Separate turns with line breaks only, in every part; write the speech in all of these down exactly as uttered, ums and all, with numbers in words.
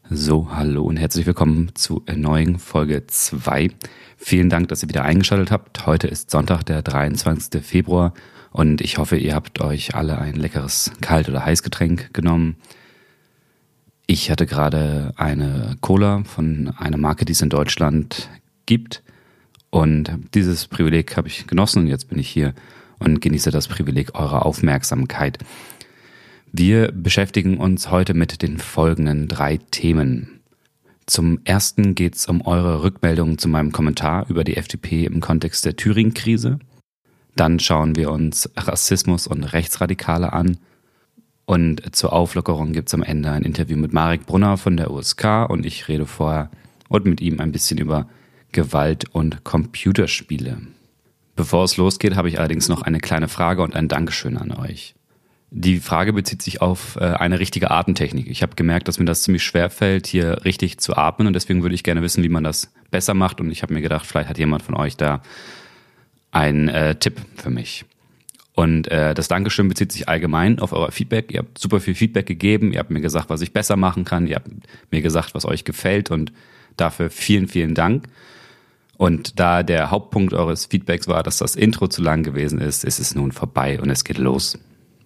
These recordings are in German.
So, hallo und herzlich willkommen zu neuen Folge zwei. Vielen Dank, dass ihr wieder eingeschaltet habt. Heute ist Sonntag, der dreiundzwanzigster Februar und ich hoffe, ihr habt euch alle ein leckeres Kalt- oder Heißgetränk genommen. Ich hatte gerade eine Cola von einer Marke, die es in Deutschland gibt, und dieses Privileg habe ich genossen und jetzt bin ich hier und genieße das Privileg eurer Aufmerksamkeit. Wir beschäftigen uns heute mit den folgenden drei Themen. Zum ersten geht es um eure Rückmeldungen zu meinem Kommentar über die F D P im Kontext der Thüringen-Krise. Dann schauen wir uns Rassismus und Rechtsradikale an. Und zur Auflockerung gibt es am Ende ein Interview mit Marek Brunner von der U S K und ich rede vorher und mit ihm ein bisschen über Gewalt und Computerspiele. Bevor es losgeht, habe ich allerdings noch eine kleine Frage und ein Dankeschön an euch. Die Frage bezieht sich auf äh, eine richtige Atemtechnik. Ich habe gemerkt, dass mir das ziemlich schwer fällt, hier richtig zu atmen, und deswegen würde ich gerne wissen, wie man das besser macht, und ich habe mir gedacht, vielleicht hat jemand von euch da einen äh, Tipp für mich. Und äh, das Dankeschön bezieht sich allgemein auf euer Feedback. Ihr habt super viel Feedback gegeben, ihr habt mir gesagt, was ich besser machen kann, ihr habt mir gesagt, was euch gefällt, und dafür vielen, vielen Dank. Und da der Hauptpunkt eures Feedbacks war, dass das Intro zu lang gewesen ist, ist es nun vorbei und es geht los.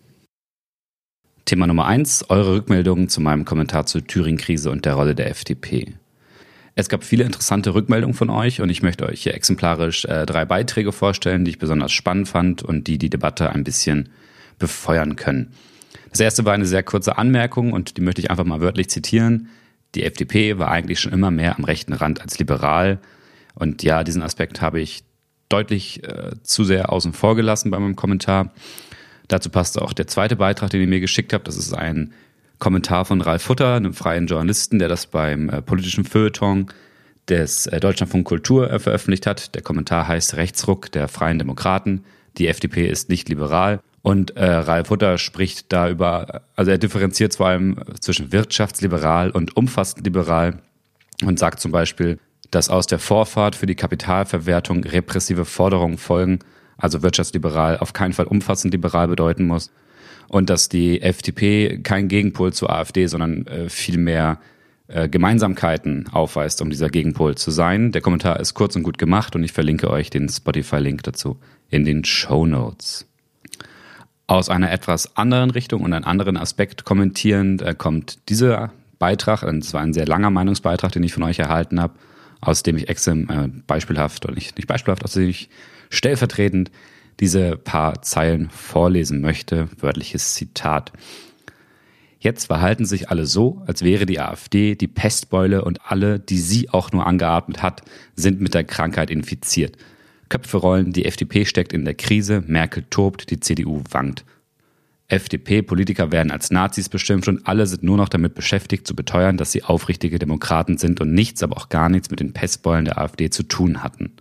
Thema Nummer eins, eure Rückmeldungen zu meinem Kommentar zur Thüringen-Krise und der Rolle der F D P. Es gab viele interessante Rückmeldungen von euch und ich möchte euch hier exemplarisch äh, drei Beiträge vorstellen, die ich besonders spannend fand und die die Debatte ein bisschen befeuern können. Das erste war eine sehr kurze Anmerkung und die möchte ich einfach mal wörtlich zitieren. Die F D P war eigentlich schon immer mehr am rechten Rand als liberal, und ja, diesen Aspekt habe ich deutlich äh, zu sehr außen vor gelassen bei meinem Kommentar. Dazu passt auch der zweite Beitrag, den ihr mir geschickt habt. Das ist ein Kommentar von Ralf Futter, einem freien Journalisten, der das beim äh, politischen Feuilleton des äh, Deutschlandfunk Kultur äh, veröffentlicht hat. Der Kommentar heißt Rechtsruck der Freien Demokraten. Die F D P ist nicht liberal. Und äh, Ralf Futter spricht da über, also er differenziert vor allem zwischen wirtschaftsliberal und umfassend liberal und sagt zum Beispiel, dass aus der Vorfahrt für die Kapitalverwertung repressive Forderungen folgen, also wirtschaftsliberal auf keinen Fall umfassend liberal bedeuten muss, und dass die F D P kein Gegenpol zur AfD, sondern äh, vielmehr äh, Gemeinsamkeiten aufweist, um dieser Gegenpol zu sein. Der Kommentar ist kurz und gut gemacht und ich verlinke euch den Spotify-Link dazu in den Shownotes. Aus einer etwas anderen Richtung und einem anderen Aspekt kommentierend äh, kommt dieser Beitrag, und es war ein sehr langer Meinungsbeitrag, den ich von euch erhalten habe, aus dem ich exem, äh, beispielhaft, oder nicht, nicht beispielhaft, aus dem ich stellvertretend diese paar Zeilen vorlesen möchte. Wörtliches Zitat. Jetzt verhalten sich alle so, als wäre die AfD die Pestbeule und alle, die sie auch nur angeatmet hat, sind mit der Krankheit infiziert. Köpfe rollen, die F D P steckt in der Krise, Merkel tobt, die C D U wankt. F D P-Politiker werden als Nazis beschimpft und alle sind nur noch damit beschäftigt zu beteuern, dass sie aufrichtige Demokraten sind und nichts, aber auch gar nichts mit den Pestbeulen der AfD zu tun hatten.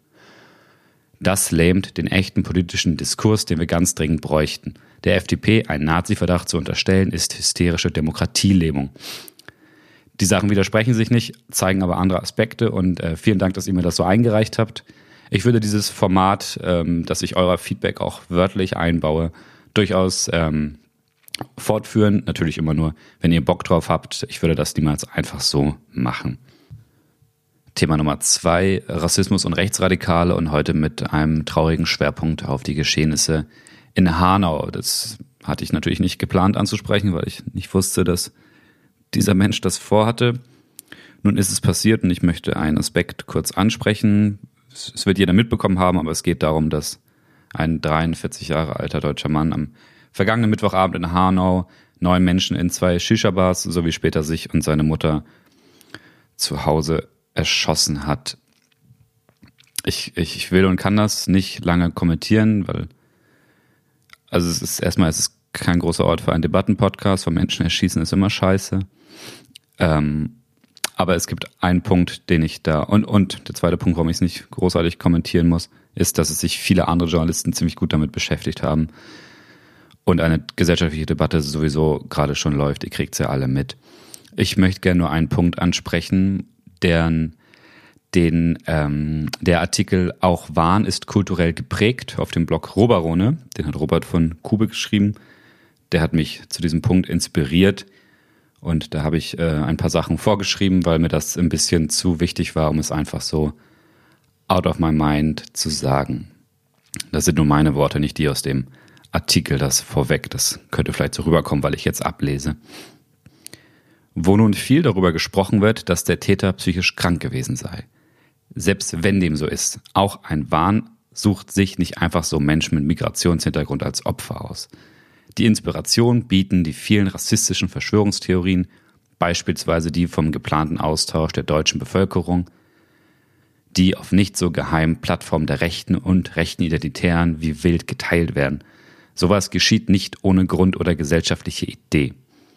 Das lähmt den echten politischen Diskurs, den wir ganz dringend bräuchten. Der F D P einen Nazi-Verdacht zu unterstellen, ist hysterische Demokratielähmung. Die Sachen widersprechen sich nicht, zeigen aber andere Aspekte, und äh, vielen Dank, dass ihr mir das so eingereicht habt. Ich würde dieses Format, ähm, dass ich euer Feedback auch wörtlich einbaue, durchaus ähm, fortführen. Natürlich immer nur, wenn ihr Bock drauf habt. Ich würde das niemals einfach so machen. Thema Nummer zwei, Rassismus und Rechtsradikale, und heute mit einem traurigen Schwerpunkt auf die Geschehnisse in Hanau. Das hatte ich natürlich nicht geplant anzusprechen, weil ich nicht wusste, dass dieser Mensch das vorhatte. Nun ist es passiert und ich möchte einen Aspekt kurz ansprechen. Es wird jeder mitbekommen haben, aber es geht darum, dass ein dreiundvierzig Jahre alter deutscher Mann am vergangenen Mittwochabend in Hanau neun Menschen in zwei Shisha-Bars sowie später sich und seine Mutter zu Hause erschossen hat. Ich, ich, ich will und kann das nicht lange kommentieren, weil also es ist erstmal, es ist kein großer Ort für einen Debattenpodcast, weil Menschen erschießen ist immer scheiße. Ähm, aber es gibt einen Punkt, den ich da, und, und der zweite Punkt, warum ich es nicht großartig kommentieren muss, ist, dass es sich viele andere Journalisten ziemlich gut damit beschäftigt haben und eine gesellschaftliche Debatte sowieso gerade schon läuft. Ihr kriegt es ja alle mit. Ich möchte gerne nur einen Punkt ansprechen, deren, den ähm, der Artikel auch Wahn ist kulturell geprägt auf dem Blog Robarone. Den hat Robert von Kube geschrieben. Der hat mich zu diesem Punkt inspiriert Und da habe ich äh, ein paar Sachen vorgeschrieben, weil mir das ein bisschen zu wichtig war, um es einfach so out of my mind zu sagen. Das sind nur meine Worte, nicht die aus dem Artikel, das vorweg. Das könnte vielleicht so rüberkommen, weil ich jetzt ablese. Wo nun viel darüber gesprochen wird, dass der Täter psychisch krank gewesen sei. Selbst wenn dem so ist, auch ein Wahn sucht sich nicht einfach so Menschen mit Migrationshintergrund als Opfer aus. Die Inspiration bieten die vielen rassistischen Verschwörungstheorien, beispielsweise die vom geplanten Austausch der deutschen Bevölkerung, die auf nicht so geheimen Plattformen der Rechten und rechten Identitären wie wild geteilt werden. Sowas geschieht nicht ohne Grund oder gesellschaftliche Idee.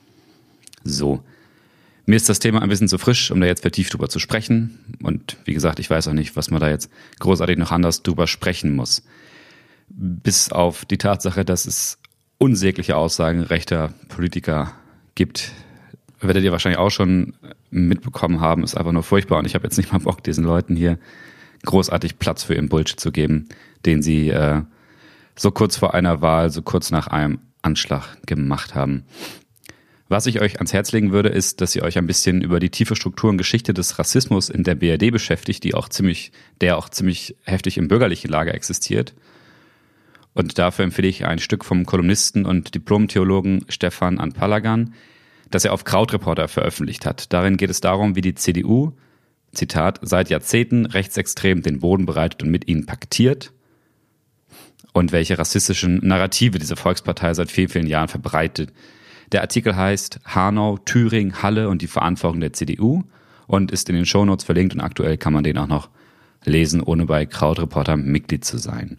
So. Mir ist das Thema ein bisschen zu frisch, um da jetzt vertieft drüber zu sprechen. Und wie gesagt, ich weiß auch nicht, was man da jetzt großartig noch anders drüber sprechen muss. Bis auf die Tatsache, dass es unsägliche Aussagen rechter Politiker gibt, werdet ihr wahrscheinlich auch schon mitbekommen haben, ist einfach nur furchtbar. Und ich habe jetzt nicht mal Bock, diesen Leuten hier großartig Platz für ihren Bullshit zu geben, den sie äh, so kurz vor einer Wahl, so kurz nach einem Anschlag gemacht haben. Was ich euch ans Herz legen würde, ist, dass ihr euch ein bisschen über die tiefe Struktur und Geschichte des Rassismus in der B R D beschäftigt, die auch ziemlich, der auch ziemlich heftig im bürgerlichen Lager existiert. Und dafür empfehle ich ein Stück vom Kolumnisten und Diplom-Theologen Stefan Anpalagan, das er auf Krautreporter veröffentlicht hat. Darin geht es darum, wie die C D U, Zitat, seit Jahrzehnten rechtsextrem den Boden bereitet und mit ihnen paktiert und welche rassistischen Narrative diese Volkspartei seit vielen, vielen Jahren verbreitet. Der Artikel heißt Hanau, Thüringen, Halle und die Verantwortung der C D U und ist in den Shownotes verlinkt und aktuell kann man den auch noch lesen, ohne bei Krautreporter Mitglied zu sein.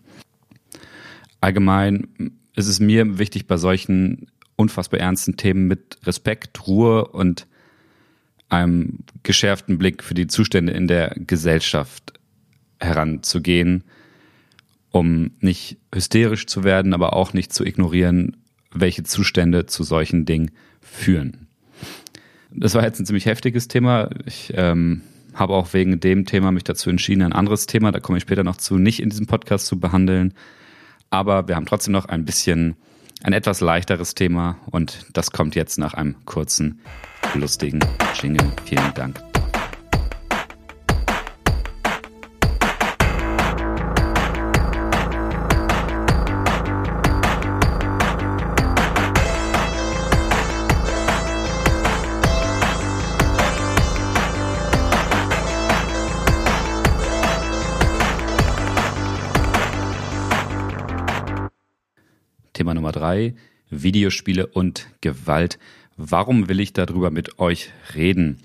Allgemein ist es mir wichtig, bei solchen unfassbar ernsten Themen mit Respekt, Ruhe und einem geschärften Blick für die Zustände in der Gesellschaft heranzugehen, um nicht hysterisch zu werden, aber auch nicht zu ignorieren, welche Zustände zu solchen Dingen führen. Das war jetzt ein ziemlich heftiges Thema. Ich ähm, habe auch wegen dem Thema mich dazu entschieden, ein anderes Thema, da komme ich später noch zu, nicht in diesem Podcast zu behandeln. Aber wir haben trotzdem noch ein bisschen ein etwas leichteres Thema und das kommt jetzt nach einem kurzen, lustigen Jingle. Vielen Dank. Thema Nummer drei, Videospiele und Gewalt. Warum will ich darüber mit euch reden?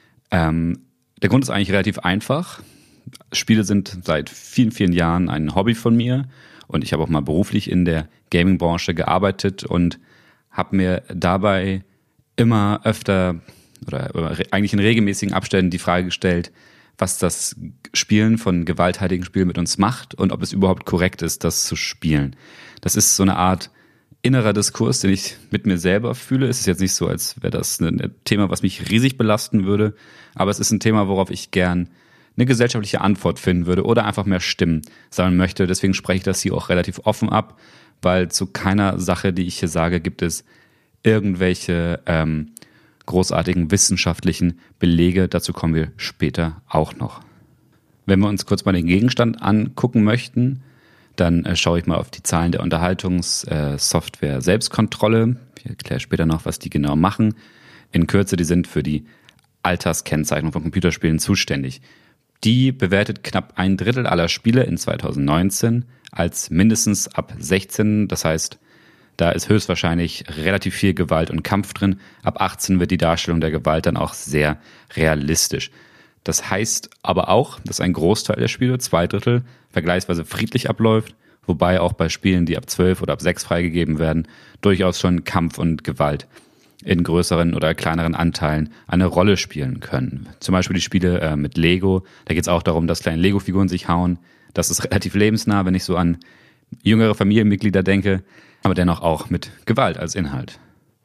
Ähm, der Grund ist eigentlich relativ einfach. Spiele sind seit vielen, vielen Jahren ein Hobby von mir und ich habe auch mal beruflich in der Gaming-Branche gearbeitet und habe mir dabei immer öfter oder eigentlich in regelmäßigen Abständen die Frage gestellt, was das Spielen von gewalttätigen Spielen mit uns macht und ob es überhaupt korrekt ist, das zu spielen. Das ist so eine Art innerer Diskurs, den ich mit mir selber fühle. Es ist jetzt nicht so, als wäre das ein Thema, was mich riesig belasten würde, aber es ist ein Thema, worauf ich gern eine gesellschaftliche Antwort finden würde oder einfach mehr Stimmen sammeln möchte. Deswegen spreche ich das hier auch relativ offen ab, weil zu keiner Sache, die ich hier sage, gibt es irgendwelche ähm, großartigen wissenschaftlichen Belege. Dazu kommen wir später auch noch. Wenn wir uns kurz mal den Gegenstand angucken möchten, dann äh, schaue ich mal auf die Zahlen der Unterhaltungssoftware äh, Selbstkontrolle. Ich erkläre später noch, was die genau machen. In Kürze, die sind für die Alterskennzeichnung von Computerspielen zuständig. Die bewertet knapp ein Drittel aller Spiele in zweitausendneunzehn als mindestens ab sechzehn. Das heißt, da ist höchstwahrscheinlich relativ viel Gewalt und Kampf drin. Ab achtzehn wird die Darstellung der Gewalt dann auch sehr realistisch. Das heißt aber auch, dass ein Großteil der Spiele, zwei Drittel, vergleichsweise friedlich abläuft, wobei auch bei Spielen, die ab zwölf oder ab sechs freigegeben werden, durchaus schon Kampf und Gewalt in größeren oder kleineren Anteilen eine Rolle spielen können. Zum Beispiel die Spiele äh, mit Lego, da geht es auch darum, dass kleine Lego-Figuren sich hauen. Das ist relativ lebensnah, wenn ich so an jüngere Familienmitglieder denke, aber dennoch auch mit Gewalt als Inhalt.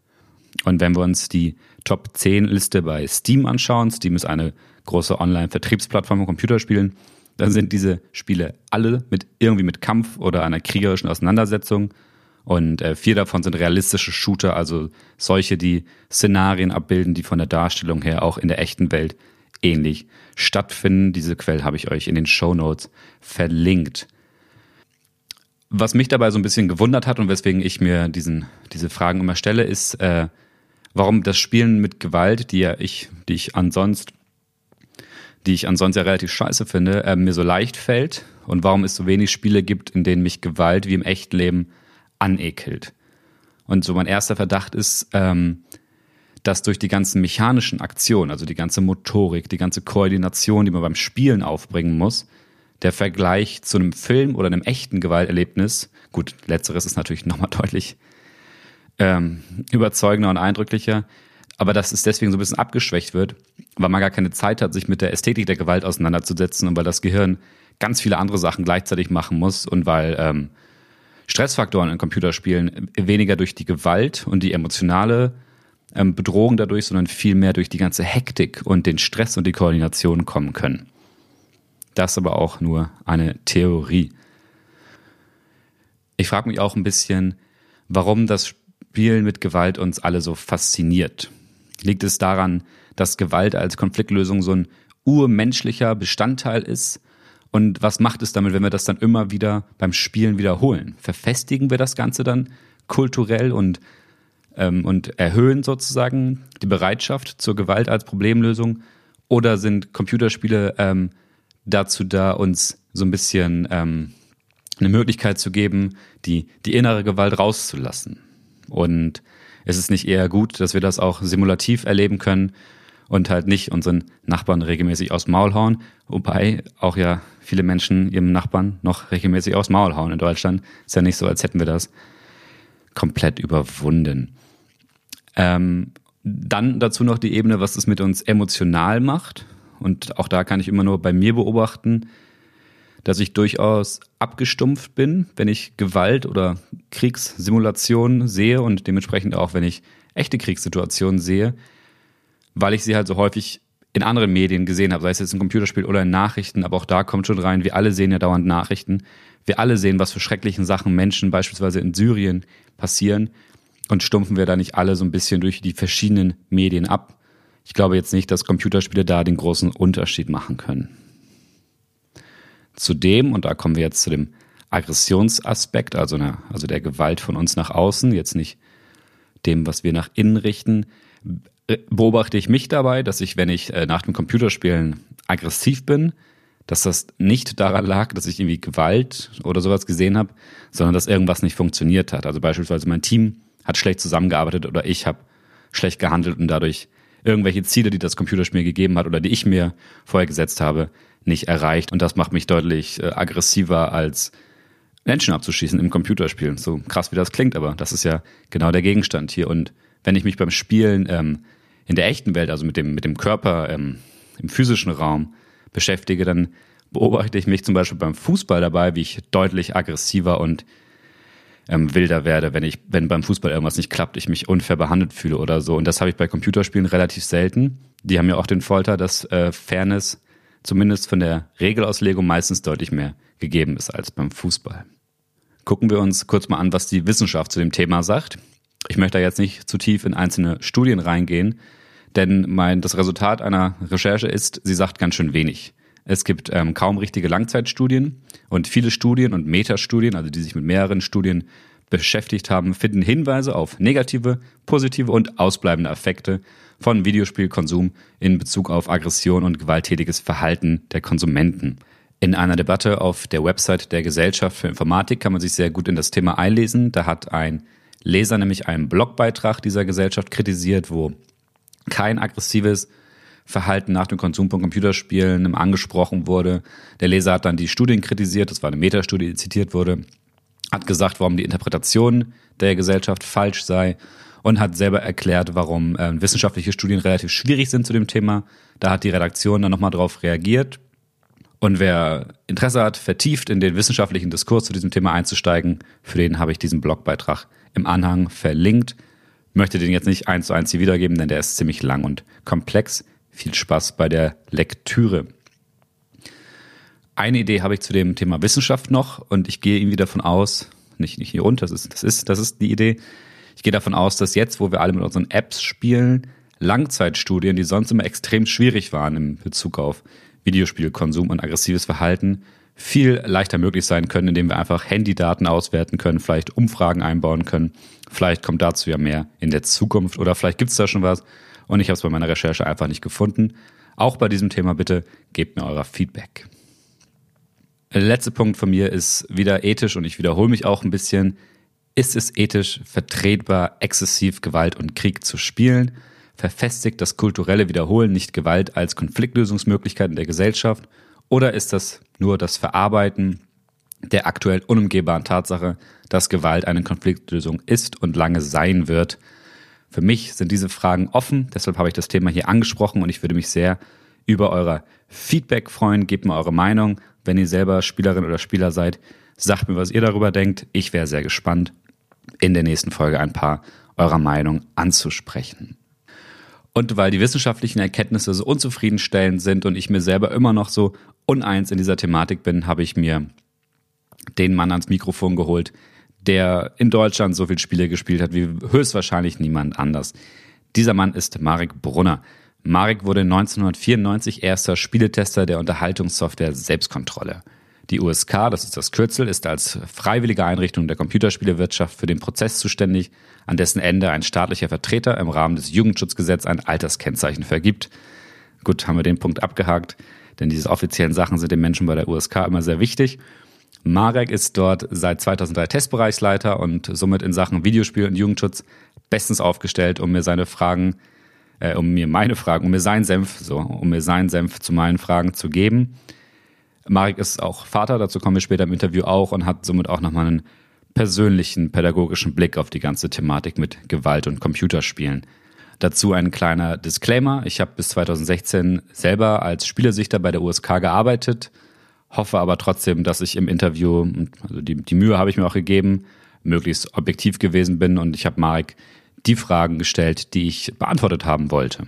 Und wenn wir uns die Top zehn Liste bei Steam anschauen, Steam ist eine große Online-Vertriebsplattform von Computerspielen, dann sind diese Spiele alle mit irgendwie mit Kampf oder einer kriegerischen Auseinandersetzung Und äh, vier davon sind realistische Shooter, also solche, die Szenarien abbilden, die von der Darstellung her auch in der echten Welt ähnlich stattfinden. Diese Quelle habe ich euch in den Shownotes verlinkt. Was mich dabei so ein bisschen gewundert hat und weswegen ich mir diesen, diese Fragen immer stelle, ist, äh, warum das Spielen mit Gewalt, die ja ich, die ich ansonsten, die ich ansonsten ja relativ scheiße finde, äh, mir so leicht fällt und warum es so wenig Spiele gibt, in denen mich Gewalt wie im echten Leben anekelt. Und so mein erster Verdacht ist, ähm, dass durch die ganzen mechanischen Aktionen, also die ganze Motorik, die ganze Koordination, die man beim Spielen aufbringen muss, der Vergleich zu einem Film oder einem echten Gewalterlebnis, gut, letzteres ist natürlich nochmal deutlich ähm, überzeugender und eindrücklicher, aber dass es deswegen so ein bisschen abgeschwächt wird, weil man gar keine Zeit hat, sich mit der Ästhetik der Gewalt auseinanderzusetzen und weil das Gehirn ganz viele andere Sachen gleichzeitig machen muss und weil ähm, Stressfaktoren in Computerspielen weniger durch die Gewalt und die emotionale ähm, Bedrohung dadurch, sondern viel mehr durch die ganze Hektik und den Stress und die Koordination kommen können. Das ist aber auch nur eine Theorie. Ich frage mich auch ein bisschen, warum das Spielen mit Gewalt uns alle so fasziniert. Liegt es daran, dass Gewalt als Konfliktlösung so ein urmenschlicher Bestandteil ist? Und was macht es damit, wenn wir das dann immer wieder beim Spielen wiederholen? Verfestigen wir das Ganze dann kulturell und, ähm, und erhöhen sozusagen die Bereitschaft zur Gewalt als Problemlösung? Oder sind Computerspiele ähm, dazu da, uns so ein bisschen ähm, eine Möglichkeit zu geben, die, die innere Gewalt rauszulassen? Und ist es nicht eher gut, dass wir das auch simulativ erleben können und halt nicht unseren Nachbarn regelmäßig aufs Maul hauen, wobei auch ja viele Menschen ihrem Nachbarn noch regelmäßig aufs Maul hauen in Deutschland. Ist ja nicht so, als hätten wir das komplett überwunden. Ähm, dann dazu noch die Ebene, was es mit uns emotional macht. Und auch da kann ich immer nur bei mir beobachten, dass ich durchaus abgestumpft bin, wenn ich Gewalt oder Kriegssimulationen sehe und dementsprechend auch, wenn ich echte Kriegssituationen sehe, weil ich sie halt so häufig in anderen Medien gesehen habe, sei es jetzt ein Computerspiel oder in Nachrichten, aber auch da kommt schon rein, wir alle sehen ja dauernd Nachrichten, wir alle sehen, was für schrecklichen Sachen Menschen beispielsweise in Syrien passieren und stumpfen wir da nicht alle so ein bisschen durch die verschiedenen Medien ab. Ich glaube jetzt nicht, dass Computerspiele da den großen Unterschied machen können. Zudem, und da kommen wir jetzt zu dem Aggressionsaspekt, also, eine, also der Gewalt von uns nach außen, jetzt nicht dem, was wir nach innen richten, beobachte ich mich dabei, dass ich, wenn ich nach dem Computerspielen aggressiv bin, dass das nicht daran lag, dass ich irgendwie Gewalt oder sowas gesehen habe, sondern dass irgendwas nicht funktioniert hat. Also beispielsweise mein Team hat schlecht zusammengearbeitet oder ich habe schlecht gehandelt und dadurch irgendwelche Ziele, die das Computerspiel gegeben hat oder die ich mir vorher gesetzt habe, nicht erreicht. Und das macht mich deutlich äh, aggressiver als Menschen abzuschießen im Computerspiel. So krass wie das klingt, aber das ist ja genau der Gegenstand hier. Und wenn ich mich beim Spielen ähm, in der echten Welt, also mit dem, mit dem Körper ähm, im physischen Raum beschäftige, dann beobachte ich mich zum Beispiel beim Fußball dabei, wie ich deutlich aggressiver und ähm, wilder werde, wenn ich, wenn beim Fußball irgendwas nicht klappt, ich mich unfair behandelt fühle oder so. Und das habe ich bei Computerspielen relativ selten. Die haben ja auch den Vorteil, dass äh, Fairness zumindest von der Regelauslegung meistens deutlich mehr gegeben ist als beim Fußball. Gucken wir uns kurz mal an, was die Wissenschaft zu dem Thema sagt. Ich möchte da jetzt nicht zu tief in einzelne Studien reingehen, denn mein, das Resultat einer Recherche ist, sie sagt ganz schön wenig. Es gibt ähm, kaum richtige Langzeitstudien und viele Studien und Metastudien, also die sich mit mehreren Studien beschäftigt haben, finden Hinweise auf negative, positive und ausbleibende Effekte von Videospielkonsum in Bezug auf Aggression und gewalttätiges Verhalten der Konsumenten. In einer Debatte auf der Website der Gesellschaft für Informatik kann man sich sehr gut in das Thema einlesen. Da hat ein Leser nämlich einen Blogbeitrag dieser Gesellschaft kritisiert, wo kein aggressives Verhalten nach dem Konsum von Computerspielen angesprochen wurde. Der Leser hat dann die Studien kritisiert, das war eine Metastudie, die zitiert wurde, hat gesagt, warum die Interpretation der Gesellschaft falsch sei und hat selber erklärt, warum äh, wissenschaftliche Studien relativ schwierig sind zu dem Thema. Da hat die Redaktion dann nochmal drauf reagiert. Und wer Interesse hat, vertieft in den wissenschaftlichen Diskurs zu diesem Thema einzusteigen, für den habe ich diesen Blogbeitrag im Anhang verlinkt. Möchte den jetzt nicht eins zu eins hier wiedergeben, denn der ist ziemlich lang und komplex. Viel Spaß bei der Lektüre. Eine Idee habe ich zu dem Thema Wissenschaft noch und ich gehe irgendwie davon aus, nicht, nicht hier runter, das ist, das ist, das ist die Idee. Ich gehe davon aus, dass jetzt, wo wir alle mit unseren Apps spielen, Langzeitstudien, die sonst immer extrem schwierig waren in Bezug auf Videospielkonsum und aggressives Verhalten, viel leichter möglich sein können, indem wir einfach Handydaten auswerten können, vielleicht Umfragen einbauen können. Vielleicht kommt dazu ja mehr in der Zukunft oder vielleicht gibt es da schon was und ich habe es bei meiner Recherche einfach nicht gefunden. Auch bei diesem Thema bitte gebt mir euer Feedback. Der letzte Punkt von mir ist wieder ethisch und ich wiederhole mich auch ein bisschen. Ist es ethisch vertretbar, exzessiv Gewalt und Krieg zu spielen? Verfestigt das kulturelle Wiederholen nicht Gewalt als Konfliktlösungsmöglichkeit in der Gesellschaft? Oder ist das nur das Verarbeiten der aktuell unumgehbaren Tatsache, dass Gewalt eine Konfliktlösung ist und lange sein wird? Für mich sind diese Fragen offen, deshalb habe ich das Thema hier angesprochen und ich würde mich sehr über euer Feedback freuen. Gebt mir eure Meinung. Wenn ihr selber Spielerin oder Spieler seid, sagt mir, was ihr darüber denkt. Ich wäre sehr gespannt, in der nächsten Folge ein paar eurer Meinung anzusprechen. Und weil die wissenschaftlichen Erkenntnisse so unzufriedenstellend sind und ich mir selber immer noch so uneins in dieser Thematik bin, habe ich mir den Mann ans Mikrofon geholt, der in Deutschland so viele Spiele gespielt hat wie höchstwahrscheinlich niemand anders. Dieser Mann ist Marek Brunner. Marek wurde neunzehnhundertvierundneunzig erster Spieletester der Unterhaltungssoftware Selbstkontrolle. Die U S K, das ist das Kürzel, ist als freiwillige Einrichtung der Computerspielewirtschaft für den Prozess zuständig, an dessen Ende ein staatlicher Vertreter im Rahmen des Jugendschutzgesetzes ein Alterskennzeichen vergibt. Gut, haben wir den Punkt abgehakt, denn diese offiziellen Sachen sind den Menschen bei der U S K immer sehr wichtig. Marek ist dort seit zweitausenddrei Testbereichsleiter und somit in Sachen Videospiel und Jugendschutz bestens aufgestellt, um mir seine Fragen, äh, um mir meine Fragen, um mir seinen Senf, so, um mir seinen Senf zu meinen Fragen zu geben. Marek ist auch Vater, dazu kommen wir später im Interview auch und hat somit auch nochmal einen persönlichen, pädagogischen Blick auf die ganze Thematik mit Gewalt und Computerspielen. Dazu ein kleiner Disclaimer. Ich habe bis zweitausendsechzehn selber als Spielesichter bei der U S K gearbeitet, hoffe aber trotzdem, dass ich im Interview, also die, die Mühe habe ich mir auch gegeben, möglichst objektiv gewesen bin und ich habe Marek die Fragen gestellt, die ich beantwortet haben wollte.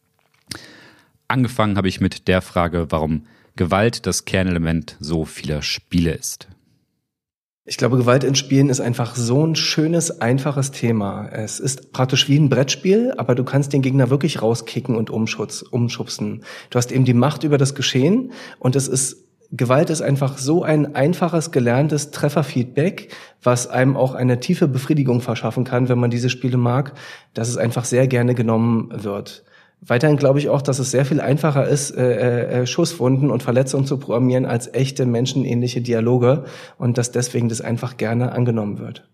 Angefangen habe ich mit der Frage, warum Gewalt das Kernelement so vieler Spiele ist.
Ich glaube, Gewalt in Spielen ist einfach so ein schönes, einfaches Thema. Es ist praktisch wie ein Brettspiel, aber du kannst den Gegner wirklich rauskicken und umschutz, umschubsen. Du hast eben die Macht über das Geschehen und es ist Gewalt ist einfach so ein einfaches, gelerntes Trefferfeedback, was einem auch eine tiefe Befriedigung verschaffen kann, wenn man diese Spiele mag, dass es einfach sehr gerne genommen wird. Weiterhin glaube ich auch, dass es sehr viel einfacher ist, äh, äh, Schusswunden und Verletzungen zu programmieren als echte menschenähnliche Dialoge und dass deswegen das einfach gerne angenommen wird.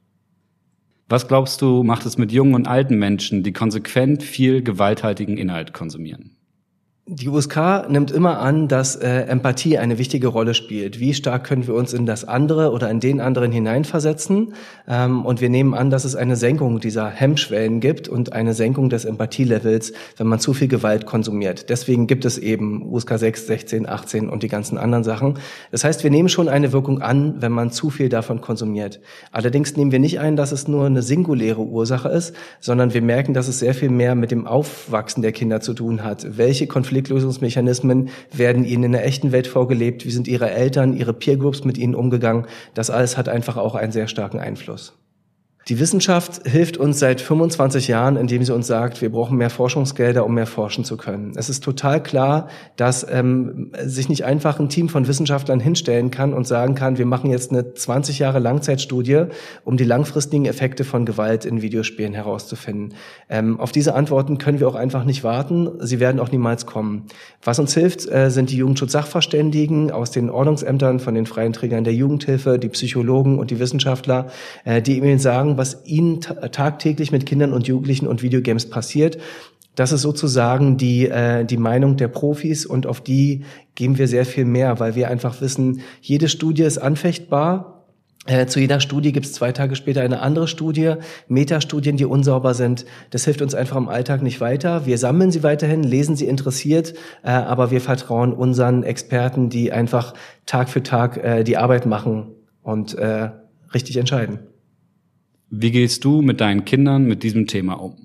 Was glaubst du, macht es mit jungen und alten Menschen, die konsequent viel gewalthaltigen Inhalt konsumieren?
Die U S K nimmt immer an, dass äh, Empathie eine wichtige Rolle spielt. Wie stark können wir uns in das andere oder in den anderen hineinversetzen? Ähm, und wir nehmen an, dass es eine Senkung dieser Hemmschwellen gibt und eine Senkung des Empathielevels, wenn man zu viel Gewalt konsumiert. Deswegen gibt es eben U S K sechs, sechzehn, achtzehn und die ganzen anderen Sachen. Das heißt, wir nehmen schon eine Wirkung an, wenn man zu viel davon konsumiert. Allerdings nehmen wir nicht ein, dass es nur eine singuläre Ursache ist, sondern wir merken, dass es sehr viel mehr mit dem Aufwachsen der Kinder zu tun hat. Welche Konflikte Konfliktlösungsmechanismen werden ihnen in der echten Welt vorgelebt? Wie sind ihre Eltern, ihre Peergroups mit ihnen umgegangen? Das alles hat einfach auch einen sehr starken Einfluss. Die Wissenschaft hilft uns seit fünfundzwanzig Jahren, indem sie uns sagt, wir brauchen mehr Forschungsgelder, um mehr forschen zu können. Es ist total klar, dass ähm, sich nicht einfach ein Team von Wissenschaftlern hinstellen kann und sagen kann, wir machen jetzt eine zwanzig Jahre Langzeitstudie, um die langfristigen Effekte von Gewalt in Videospielen herauszufinden. Ähm, auf diese Antworten können wir auch einfach nicht warten. Sie werden auch niemals kommen. Was uns hilft, äh, sind die Jugendschutzsachverständigen aus den Ordnungsämtern, von den freien Trägern der Jugendhilfe, die Psychologen und die Wissenschaftler, äh, die ihnen sagen, was ihnen tagtäglich mit Kindern und Jugendlichen und Videogames passiert. Das ist sozusagen die äh, die Meinung der Profis und auf die geben wir sehr viel mehr, weil wir einfach wissen, jede Studie ist anfechtbar. Äh, zu jeder Studie gibt es zwei Tage später eine andere Studie, Metastudien, die unsauber sind. Das hilft uns einfach im Alltag nicht weiter. Wir sammeln sie weiterhin, lesen sie interessiert, äh, aber wir vertrauen unseren Experten, die einfach Tag für Tag äh, die Arbeit machen und äh, richtig entscheiden.
Wie gehst du mit deinen Kindern mit diesem Thema um?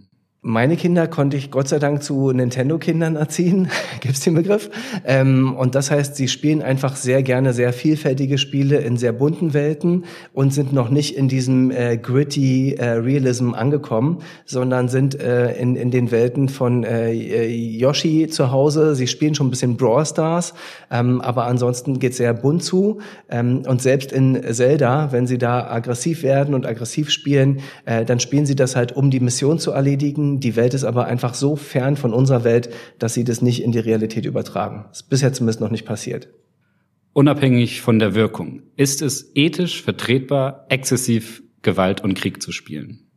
Meine Kinder konnte ich Gott sei Dank zu Nintendo-Kindern erziehen, gibt's den Begriff. Ähm, und das heißt, sie spielen einfach sehr gerne sehr vielfältige Spiele in sehr bunten Welten und sind noch nicht in diesem äh, gritty äh, Realism angekommen, sondern sind äh, in, in den Welten von äh, Yoshi zu Hause. Sie spielen schon ein bisschen Brawl Stars, ähm, aber ansonsten geht's sehr bunt zu. Ähm, und selbst in Zelda, wenn sie da aggressiv werden und aggressiv spielen, äh, dann spielen sie das halt, um die Mission zu erledigen. Die Welt ist aber einfach so fern von unserer Welt, dass sie das nicht in die Realität übertragen. Das ist bisher zumindest noch nicht passiert.
Unabhängig von der Wirkung, ist es ethisch vertretbar, exzessiv Gewalt und Krieg zu spielen?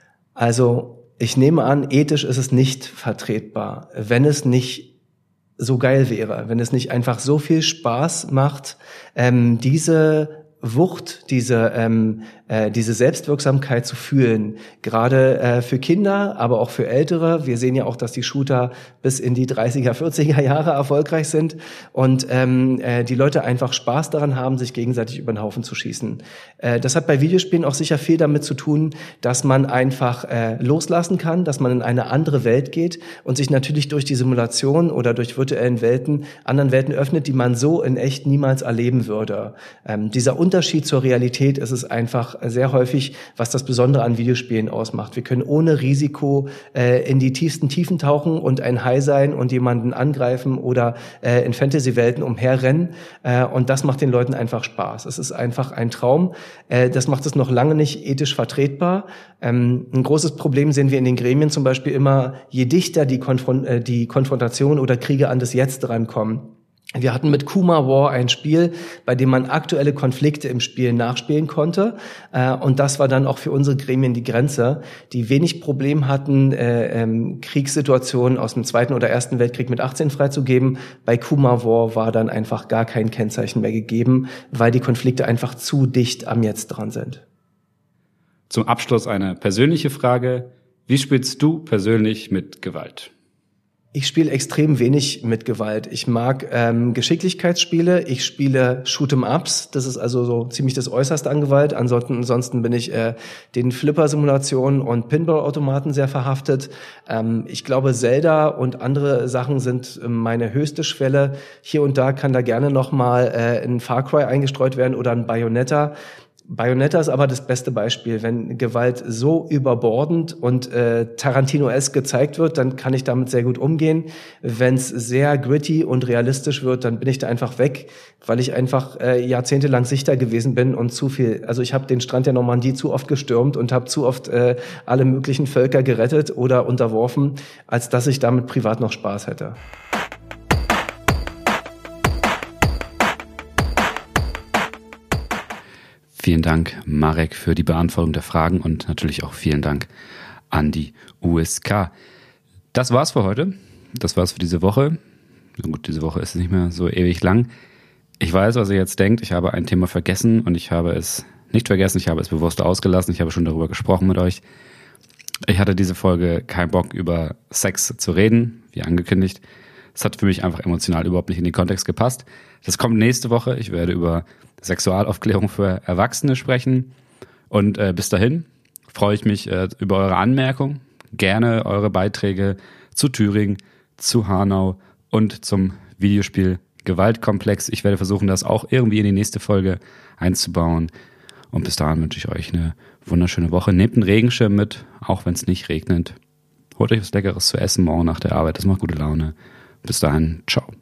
Also ich nehme an, ethisch ist es nicht vertretbar, wenn es nicht so geil wäre, wenn es nicht einfach so viel Spaß macht, ähm, diese Wucht, diese ähm, äh, diese Selbstwirksamkeit zu fühlen, gerade äh, für Kinder, aber auch für Ältere. Wir sehen ja auch, dass die Shooter bis in die dreißiger, vierziger Jahre erfolgreich sind und ähm, äh, die Leute einfach Spaß daran haben, sich gegenseitig über den Haufen zu schießen. Äh, das hat bei Videospielen auch sicher viel damit zu tun, dass man einfach äh, loslassen kann, dass man in eine andere Welt geht und sich natürlich durch die Simulation oder durch virtuellen Welten anderen Welten öffnet, die man so in echt niemals erleben würde. Ähm, dieser Unterschied zur Realität ist es einfach sehr häufig, was das Besondere an Videospielen ausmacht. Wir können ohne Risiko äh, in die tiefsten Tiefen tauchen und ein Hai sein und jemanden angreifen oder äh, in Fantasy-Welten umherrennen. Äh, und das macht den Leuten einfach Spaß. Es ist einfach ein Traum. Äh, das macht es noch lange nicht ethisch vertretbar. Ähm, ein großes Problem sehen wir in den Gremien zum Beispiel immer, je dichter die, Konfron- äh, die Konfrontation oder Kriege an das Jetzt drankommen. Wir hatten mit Kuma War ein Spiel, bei dem man aktuelle Konflikte im Spiel nachspielen konnte. Äh, und das war dann auch für unsere Gremien die Grenze, die wenig Problem hatten, äh, ähm, Kriegssituationen aus dem Zweiten oder Ersten Weltkrieg mit achtzehn freizugeben. Bei Kuma War war dann einfach gar kein Kennzeichen mehr gegeben, weil die Konflikte einfach zu dicht am Jetzt dran sind.
Zum Abschluss eine persönliche Frage. Wie spielst du persönlich mit Gewalt?
Ich spiele extrem wenig mit Gewalt. Ich mag ähm, Geschicklichkeitsspiele. Ich spiele Shoot'em-Ups. Das ist also so ziemlich das Äußerste an Gewalt. Ansonsten, ansonsten bin ich äh, den Flipper-Simulationen und Pinball-Automaten sehr verhaftet. Ähm, ich glaube, Zelda und andere Sachen sind meine höchste Schwelle. Hier und da kann da gerne noch mal äh, ein Far Cry eingestreut werden oder ein Bayonetta. Bayonetta ist aber das beste Beispiel. Wenn Gewalt so überbordend und äh, Tarantino-esque gezeigt wird, dann kann ich damit sehr gut umgehen. Wenn es sehr gritty und realistisch wird, dann bin ich da einfach weg, weil ich einfach äh, jahrzehntelang Sichter gewesen bin und zu viel, also ich habe den Strand der Normandie zu oft gestürmt und habe zu oft äh, alle möglichen Völker gerettet oder unterworfen, als dass ich damit privat noch Spaß hätte.
Vielen Dank, Marek, für die Beantwortung der Fragen und natürlich auch vielen Dank an die U S K. Das war's für heute. Das war's für diese Woche. Gut, diese Woche ist nicht mehr so ewig lang. Ich weiß, was ihr jetzt denkt. Ich habe ein Thema vergessen und ich habe es nicht vergessen. Ich habe es bewusst ausgelassen. Ich habe schon darüber gesprochen mit euch. Ich hatte diese Folge keinen Bock, über Sex zu reden, wie angekündigt. Es hat für mich einfach emotional überhaupt nicht in den Kontext gepasst. Das kommt nächste Woche. Ich werde über Sexualaufklärung für Erwachsene sprechen. Und äh, bis dahin freue ich mich äh, über eure Anmerkungen. Gerne eure Beiträge zu Thüringen, zu Hanau und zum Videospiel Gewaltkomplex. Ich werde versuchen, das auch irgendwie in die nächste Folge einzubauen. Und bis dahin wünsche ich euch eine wunderschöne Woche. Nehmt einen Regenschirm mit, auch wenn es nicht regnet. Holt euch was Leckeres zu essen morgen nach der Arbeit. Das macht gute Laune. Bis dahin, ciao.